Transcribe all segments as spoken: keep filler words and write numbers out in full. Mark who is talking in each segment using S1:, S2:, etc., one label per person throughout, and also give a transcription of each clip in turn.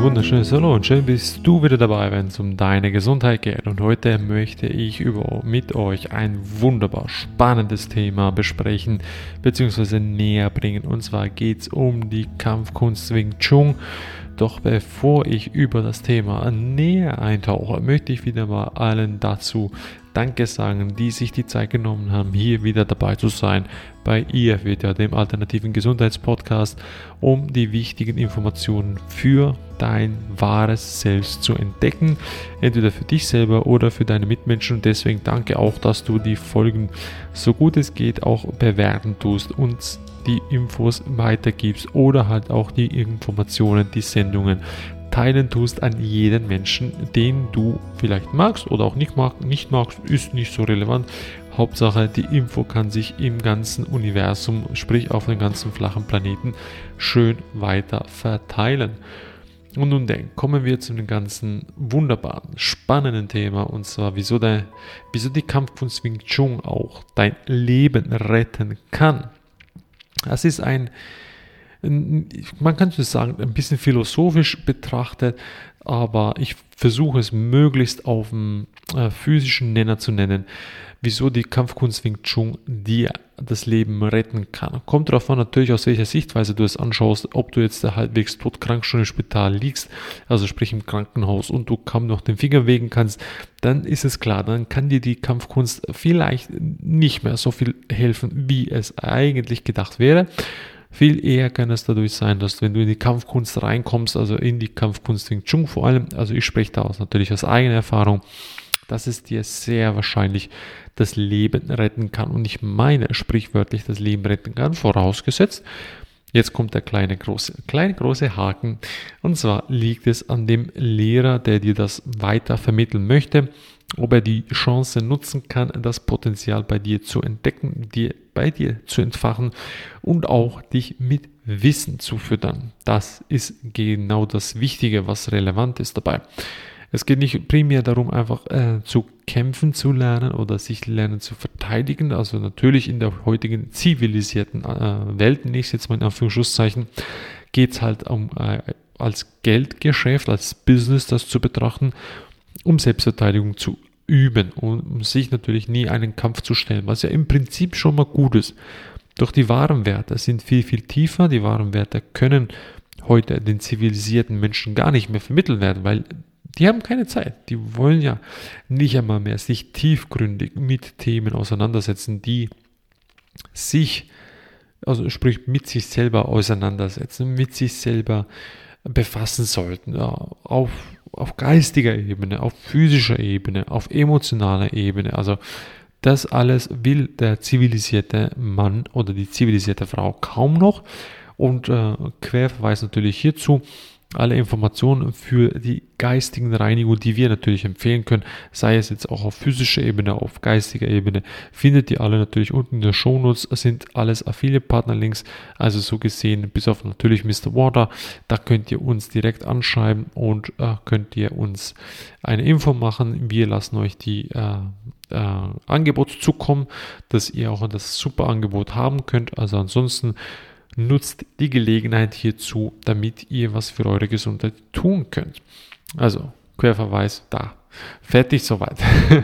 S1: wunderschönes Hallo und schön bist du wieder dabei, wenn es um deine Gesundheit geht. Und heute möchte ich über, mit euch ein wunderbar spannendes Thema besprechen bzw. näher bringen. Und zwar geht es um die Kampfkunst Wing Chun. Doch bevor ich über das Thema näher eintauche, möchte ich wieder mal allen dazu Danke sagen, die sich die Zeit genommen haben, hier wieder dabei zu sein bei ihr, wieder dem alternativen Gesundheitspodcast, um die wichtigen Informationen für dein wahres Selbst zu entdecken, entweder für dich selber oder für deine Mitmenschen. Und deswegen danke auch, dass du die Folgen so gut es geht auch bewerten tust, uns die Infos weitergibst oder halt auch die Informationen, die Sendungen teilen tust an jeden Menschen, den du vielleicht magst oder auch nicht, mag, nicht magst, ist nicht so relevant. Hauptsache, die Info kann sich im ganzen Universum, sprich auf dem ganzen flachen Planeten, schön weiter verteilen. Und nun denn, kommen wir zu einem ganzen wunderbaren, spannenden Thema, und zwar, wieso, der, wieso die Kampfkunst Wing Chun auch dein Leben retten kann. Das ist ein Man kann es sagen, ein bisschen philosophisch betrachtet, aber ich versuche es möglichst auf dem äh, physischen Nenner zu nennen, wieso die Kampfkunst Wing Chun dir das Leben retten kann. Kommt darauf an, natürlich aus welcher Sichtweise du es anschaust, ob du jetzt halbwegs todkrank schon im Spital liegst, also sprich im Krankenhaus, und du kaum noch den Finger bewegen kannst, dann ist es klar, dann kann dir die Kampfkunst vielleicht nicht mehr so viel helfen, wie es eigentlich gedacht wäre. Viel eher kann es dadurch sein, dass wenn du in die Kampfkunst reinkommst, also in die Kampfkunst Wing Chun vor allem, also ich spreche daraus natürlich aus eigener Erfahrung, dass es dir sehr wahrscheinlich das Leben retten kann. Und ich meine sprichwörtlich das Leben retten kann, vorausgesetzt, jetzt kommt der kleine große, kleine große Haken, und zwar liegt es an dem Lehrer, der dir das weiter vermitteln möchte, ob er die Chance nutzen kann, das Potenzial bei dir zu entdecken, dir, bei dir zu entfachen und auch dich mit Wissen zu füttern. Das ist genau das Wichtige, was relevant ist dabei. Es geht nicht primär darum, einfach äh, zu kämpfen zu lernen oder sich lernen zu verteidigen. Also natürlich in der heutigen zivilisierten äh, Welt, nicht jetzt mal in Anführungszeichen, geht es halt um äh, als Geldgeschäft, als Business das zu betrachten, um Selbstverteidigung zu üben und um sich natürlich nie einen Kampf zu stellen, was ja im Prinzip schon mal gut ist. Doch die wahren Werte sind viel, viel tiefer. Die wahren Werte können heute den zivilisierten Menschen gar nicht mehr vermittelt werden, weil die haben keine Zeit. Die wollen ja nicht einmal mehr sich tiefgründig mit Themen auseinandersetzen, die sich, also sprich mit sich selber auseinandersetzen, mit sich selber befassen sollten, ja, auf, auf geistiger Ebene, auf physischer Ebene, auf emotionaler Ebene. Also das alles will der zivilisierte Mann oder die zivilisierte Frau kaum noch. Und äh, Querverweis natürlich hierzu, alle Informationen für die geistigen Reinigung, die wir natürlich empfehlen können, sei es jetzt auch auf physischer Ebene, auf geistiger Ebene, findet ihr alle natürlich unten in den Shownotes, sind alles Affiliate-Partner-Links, also so gesehen, bis auf natürlich Mister Water, da könnt ihr uns direkt anschreiben und äh, könnt ihr uns eine Info machen. Wir lassen euch die äh, äh, Angebote zukommen, dass ihr auch das super Angebot haben könnt. Also ansonsten nutzt die Gelegenheit hierzu, damit ihr was für eure Gesundheit tun könnt. Also, Querverweis da. Fertig soweit.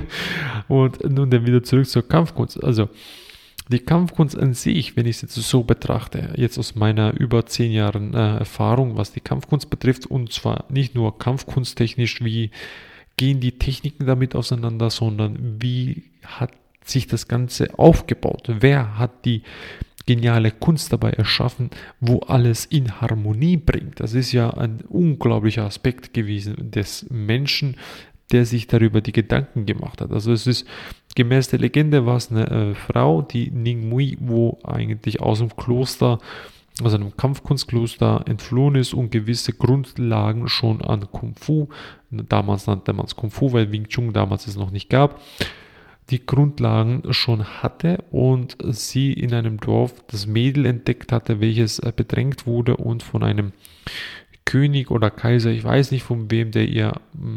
S1: Und nun dann wieder zurück zur Kampfkunst. Also, die Kampfkunst an sich, wenn ich es jetzt so betrachte, jetzt aus meiner über zehn Jahren äh, Erfahrung, was die Kampfkunst betrifft, und zwar nicht nur kampfkunsttechnisch, wie gehen die Techniken damit auseinander, sondern wie hat sich das Ganze aufgebaut? Wer hat die geniale Kunst dabei erschaffen, wo alles in Harmonie bringt? Das ist ja ein unglaublicher Aspekt gewesen des Menschen, der sich darüber die Gedanken gemacht hat. Also es ist gemäß der Legende, war es eine äh, Frau, die Ning Mui, wo eigentlich aus dem Kloster, also einem Kampfkunstkloster entflohen ist und gewisse Grundlagen schon an Kung Fu, damals nannte man es Kung Fu, weil Wing Chun damals es noch nicht gab, die Grundlagen schon hatte und sie in einem Dorf das Mädel entdeckt hatte, welches bedrängt wurde und von einem König oder Kaiser, ich weiß nicht von wem, der ihr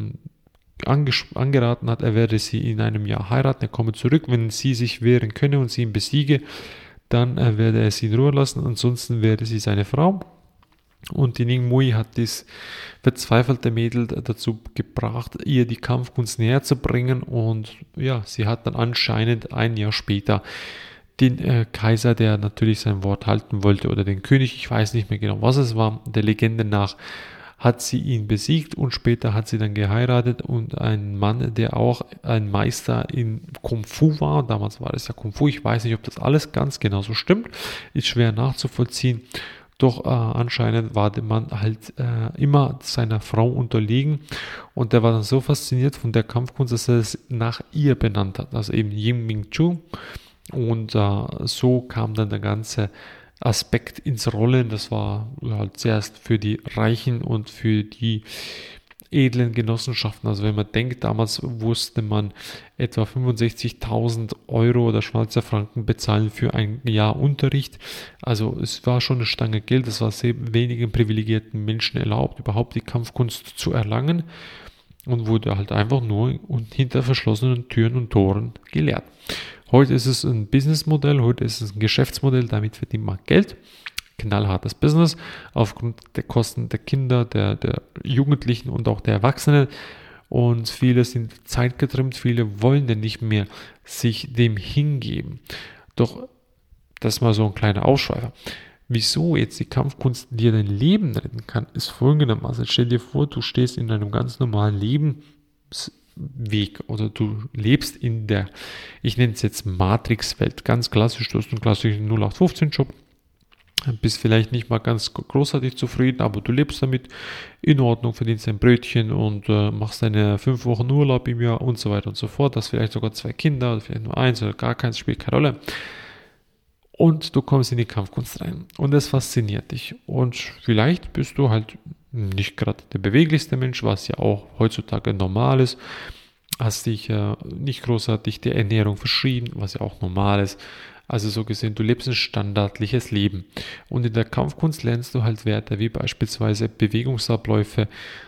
S1: angeraten hat, er werde sie in einem Jahr heiraten, er komme zurück, wenn sie sich wehren könne und sie ihn besiege, dann werde er sie in Ruhe lassen, ansonsten werde sie seine Frau. Und die Ning Mui hat das verzweifelte Mädel dazu gebracht, ihr die Kampfkunst näher zu bringen. Und ja, sie hat dann anscheinend ein Jahr später den äh, Kaiser, der natürlich sein Wort halten wollte, oder den König, ich weiß nicht mehr genau, was es war, der Legende nach, hat sie ihn besiegt und später hat sie dann geheiratet und ein Mann, der auch ein Meister in Kung Fu war, damals war es ja Kung Fu, ich weiß nicht, ob das alles ganz genau so stimmt, ist schwer nachzuvollziehen, doch äh, anscheinend war der Mann halt äh, immer seiner Frau unterlegen und der war dann so fasziniert von der Kampfkunst, dass er es nach ihr benannt hat, also eben Ying Ming Chu, und äh, so kam dann der ganze Aspekt ins Rollen. Das war halt zuerst für die Reichen und für die edlen Genossenschaften. Also wenn man denkt, damals wusste man etwa fünfundsechzigtausend Euro oder Schweizer Franken bezahlen für ein Jahr Unterricht. Also es war schon eine Stange Geld. Es war sehr wenigen privilegierten Menschen erlaubt, überhaupt die Kampfkunst zu erlangen und wurde halt einfach nur hinter verschlossenen Türen und Toren gelehrt. Heute ist es ein Businessmodell, heute ist es ein Geschäftsmodell, damit verdient man Geld. Knallhartes Business, aufgrund der Kosten der Kinder, der, der Jugendlichen und auch der Erwachsenen. Und viele sind zeitgetrimmt, viele wollen denn nicht mehr sich dem hingeben. Doch das ist mal so ein kleiner Ausschweifer. Wieso jetzt die Kampfkunst dir dein Leben retten kann, ist folgendermaßen. Stell dir vor, du stehst in einem ganz normalen Lebensweg oder du lebst in der, ich nenne es jetzt Matrix-Welt, ganz klassisch, du hast einen klassischen null acht fünfzehn Job, bist vielleicht nicht mal ganz großartig zufrieden, aber du lebst damit in Ordnung, verdienst ein Brötchen und äh, machst deine fünf Wochen Urlaub im Jahr und so weiter und so fort, hast vielleicht sogar zwei Kinder, oder vielleicht nur eins oder gar keins, spielt keine Rolle. Und du kommst in die Kampfkunst rein und es fasziniert dich. Und vielleicht bist du halt nicht gerade der beweglichste Mensch, was ja auch heutzutage normal ist. Hast dich äh, nicht großartig der Ernährung verschrieben, was ja auch normal ist. Also so gesehen, du lebst ein standardliches Leben. Und in der Kampfkunst lernst du halt Werte wie beispielsweise Bewegungsabläufe,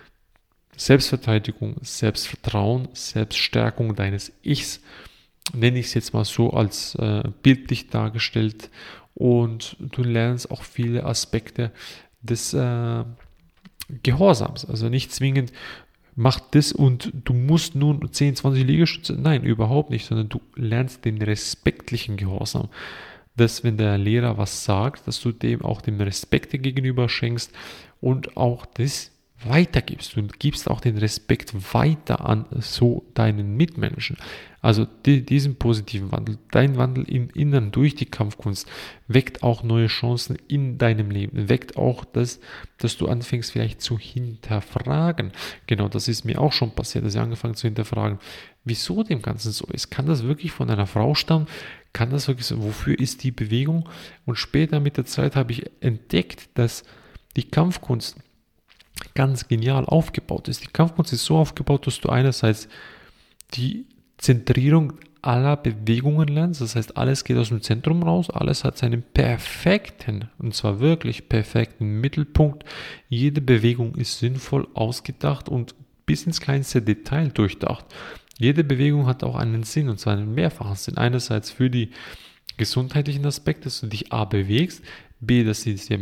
S1: Selbstverteidigung, Selbstvertrauen, Selbststärkung deines Ichs. Nenne ich es jetzt mal so als äh, bildlich dargestellt, und du lernst auch viele Aspekte des äh, Gehorsams, also nicht zwingend mach das und du musst nun zehn, zwanzig Liegestütze, nein, überhaupt nicht, sondern du lernst den respektlichen Gehorsam, dass wenn der Lehrer was sagt, dass du dem auch den Respekt gegenüber schenkst und auch das weitergibst. Du gibst auch den Respekt weiter an so deinen Mitmenschen. Also die, diesen positiven Wandel, dein Wandel im Inneren durch die Kampfkunst weckt auch neue Chancen in deinem Leben, weckt auch das, dass du anfängst vielleicht zu hinterfragen. Genau, das ist mir auch schon passiert, dass ich angefangen zu hinterfragen, wieso dem Ganzen so ist. Kann das wirklich von einer Frau stammen? Kann das wirklich so? Wofür ist die Bewegung? Und später mit der Zeit habe ich entdeckt, dass die Kampfkunst ganz genial aufgebaut ist. Die Kampfkunst ist so aufgebaut, dass du einerseits die Zentrierung aller Bewegungen lernst, das heißt, alles geht aus dem Zentrum raus, alles hat seinen perfekten, und zwar wirklich perfekten Mittelpunkt. Jede Bewegung ist sinnvoll ausgedacht und bis ins kleinste Detail durchdacht. Jede Bewegung hat auch einen Sinn, und zwar einen mehrfachen Sinn. Einerseits für die gesundheitlichen Aspekte, dass du dich A bewegst, B, dass sie sehr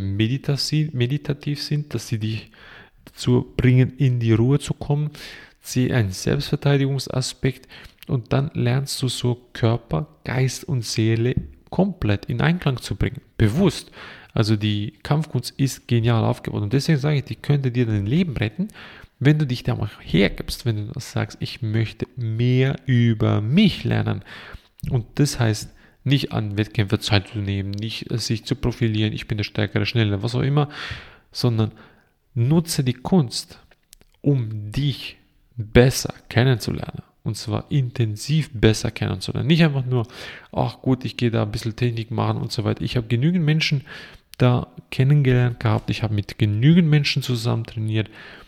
S1: meditativ sind, dass sie dich dazu bringen, in die Ruhe zu kommen, C, ein Selbstverteidigungsaspekt, und dann lernst du so Körper, Geist und Seele komplett in Einklang zu bringen, bewusst. Also die Kampfkunst ist genial aufgebaut und deswegen sage ich, die könnte dir dein Leben retten, wenn du dich da mal hergibst, wenn du sagst, ich möchte mehr über mich lernen. Und das heißt, nicht an Wettkämpfe teilzunehmen, nicht sich zu profilieren, ich bin der Stärkere, Schnellere, was auch immer, sondern nutze die Kunst, um dich besser kennenzulernen. Und zwar intensiv besser kennenzulernen. Nicht einfach nur, ach gut, ich gehe da ein bisschen Technik machen und so weiter. Ich habe genügend Menschen da kennengelernt gehabt. Ich habe mit genügend Menschen zusammen trainiert.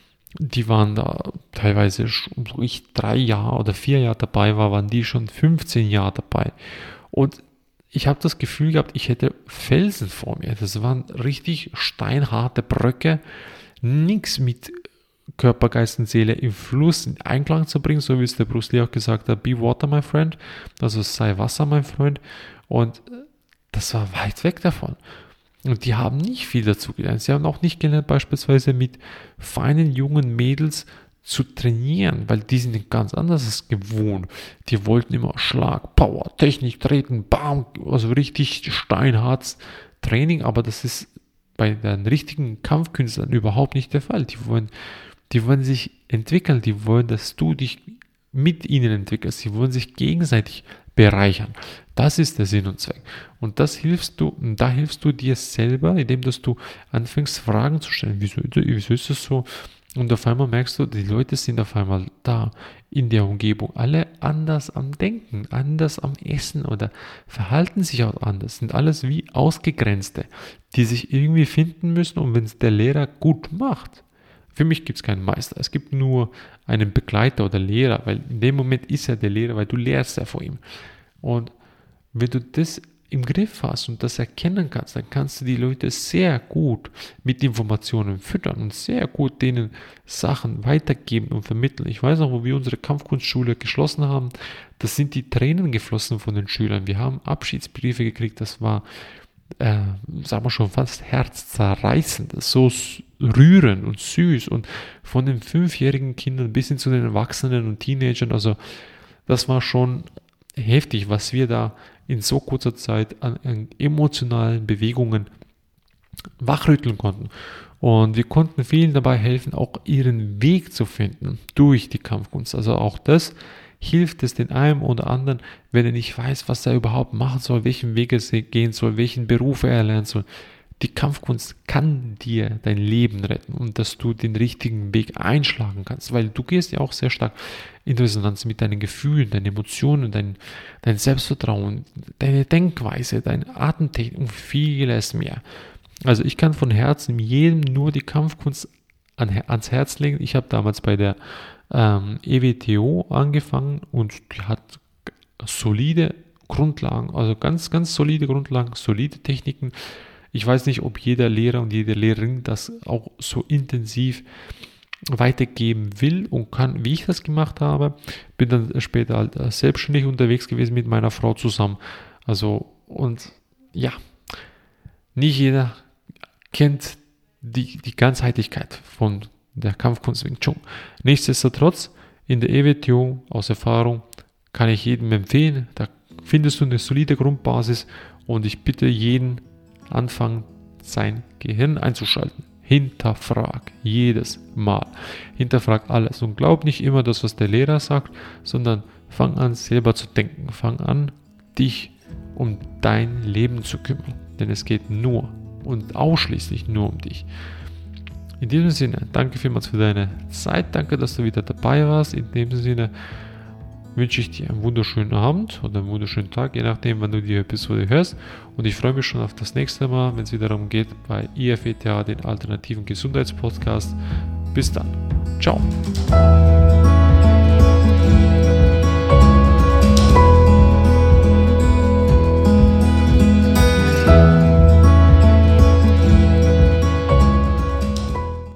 S1: Die waren da teilweise, wo ich drei Jahre oder vier Jahre dabei war, waren die schon fünfzehn Jahre dabei. Und ich habe das Gefühl gehabt, ich hätte Felsen vor mir. Das waren richtig steinharte Bröcke. Nichts mit Körper, Geist und Seele im Fluss in Einklang zu bringen, so wie es der Bruce Lee auch gesagt hat, be water, my friend, also sei Wasser, mein Freund, und das war weit weg davon. Und die haben nicht viel dazu gelernt. Sie haben auch nicht gelernt, beispielsweise mit feinen jungen Mädels zu trainieren, weil die sind ganz anders gewohnt. Die wollten immer Schlag, Power, Technik, Treten, Bam, also richtig steinhartes Training, aber das ist bei den richtigen Kampfkünstlern überhaupt nicht der Fall. Die wollen, die wollen sich entwickeln, die wollen, dass du dich mit ihnen entwickelst, sie wollen sich gegenseitig bereichern. Das ist der Sinn und Zweck. Und das hilfst du, da hilfst du dir selber, indem dass du anfängst, Fragen zu stellen. Wieso, wieso ist das so? Und auf einmal merkst du, die Leute sind auf einmal da in der Umgebung, alle anders am Denken, anders am Essen oder verhalten sich auch anders, sind alles wie Ausgegrenzte, die sich irgendwie finden müssen, und wenn es der Lehrer gut macht. Für mich gibt es keinen Meister, es gibt nur einen Begleiter oder Lehrer, weil in dem Moment ist er der Lehrer, weil du lehrst ja vor ihm. Und wenn du das im Griff hast und das erkennen kannst, dann kannst du die Leute sehr gut mit Informationen füttern und sehr gut denen Sachen weitergeben und vermitteln. Ich weiß noch, wo wir unsere Kampfkunstschule geschlossen haben, da sind die Tränen geflossen von den Schülern. Wir haben Abschiedsbriefe gekriegt, das war, äh, sagen wir schon, fast herzzerreißend, so rührend und süß, und von den fünfjährigen Kindern bis hin zu den Erwachsenen und Teenagern, also das war schon heftig, was wir da in so kurzer Zeit an, an emotionalen Bewegungen wachrütteln konnten. Und wir konnten vielen dabei helfen, auch ihren Weg zu finden durch die Kampfkunst. Also auch das hilft es den einen oder anderen, wenn er nicht weiß, was er überhaupt machen soll, welchen Weg er gehen soll, welchen Beruf er erlernen soll. Die Kampfkunst kann dir dein Leben retten und dass du den richtigen Weg einschlagen kannst, weil du gehst ja auch sehr stark in Resonanz mit deinen Gefühlen, deinen Emotionen, dein, dein Selbstvertrauen, deine Denkweise, deine Atemtechnik und vieles mehr. Also ich kann von Herzen jedem nur die Kampfkunst an, ans Herz legen. Ich habe damals bei der ähm, E W T O angefangen und die hat solide Grundlagen, also ganz, ganz solide Grundlagen, solide Techniken. Ich weiß nicht, ob jeder Lehrer und jede Lehrerin das auch so intensiv weitergeben will und kann, wie ich das gemacht habe. Bin dann später halt selbstständig unterwegs gewesen mit meiner Frau zusammen. Also, und ja, nicht jeder kennt die, die Ganzheitlichkeit von der Kampfkunst Wing Chun. Nichtsdestotrotz, in der E W T O aus Erfahrung kann ich jedem empfehlen, da findest du eine solide Grundbasis, und ich bitte jeden, anfangen, sein Gehirn einzuschalten. Hinterfrag jedes Mal. Hinterfrag alles und glaub nicht immer das, was der Lehrer sagt, sondern fang an, selber zu denken. Fang an, dich um dein Leben zu kümmern. Denn es geht nur und ausschließlich nur um dich. In diesem Sinne, danke vielmals für deine Zeit. Danke, dass du wieder dabei warst. In diesem Sinne wünsche ich dir einen wunderschönen Abend oder einen wunderschönen Tag, je nachdem, wann du die Episode hörst. Und ich freue mich schon auf das nächste Mal, wenn es wieder darum geht, bei I F E T H, den alternativen Gesundheitspodcast. Bis dann. Ciao.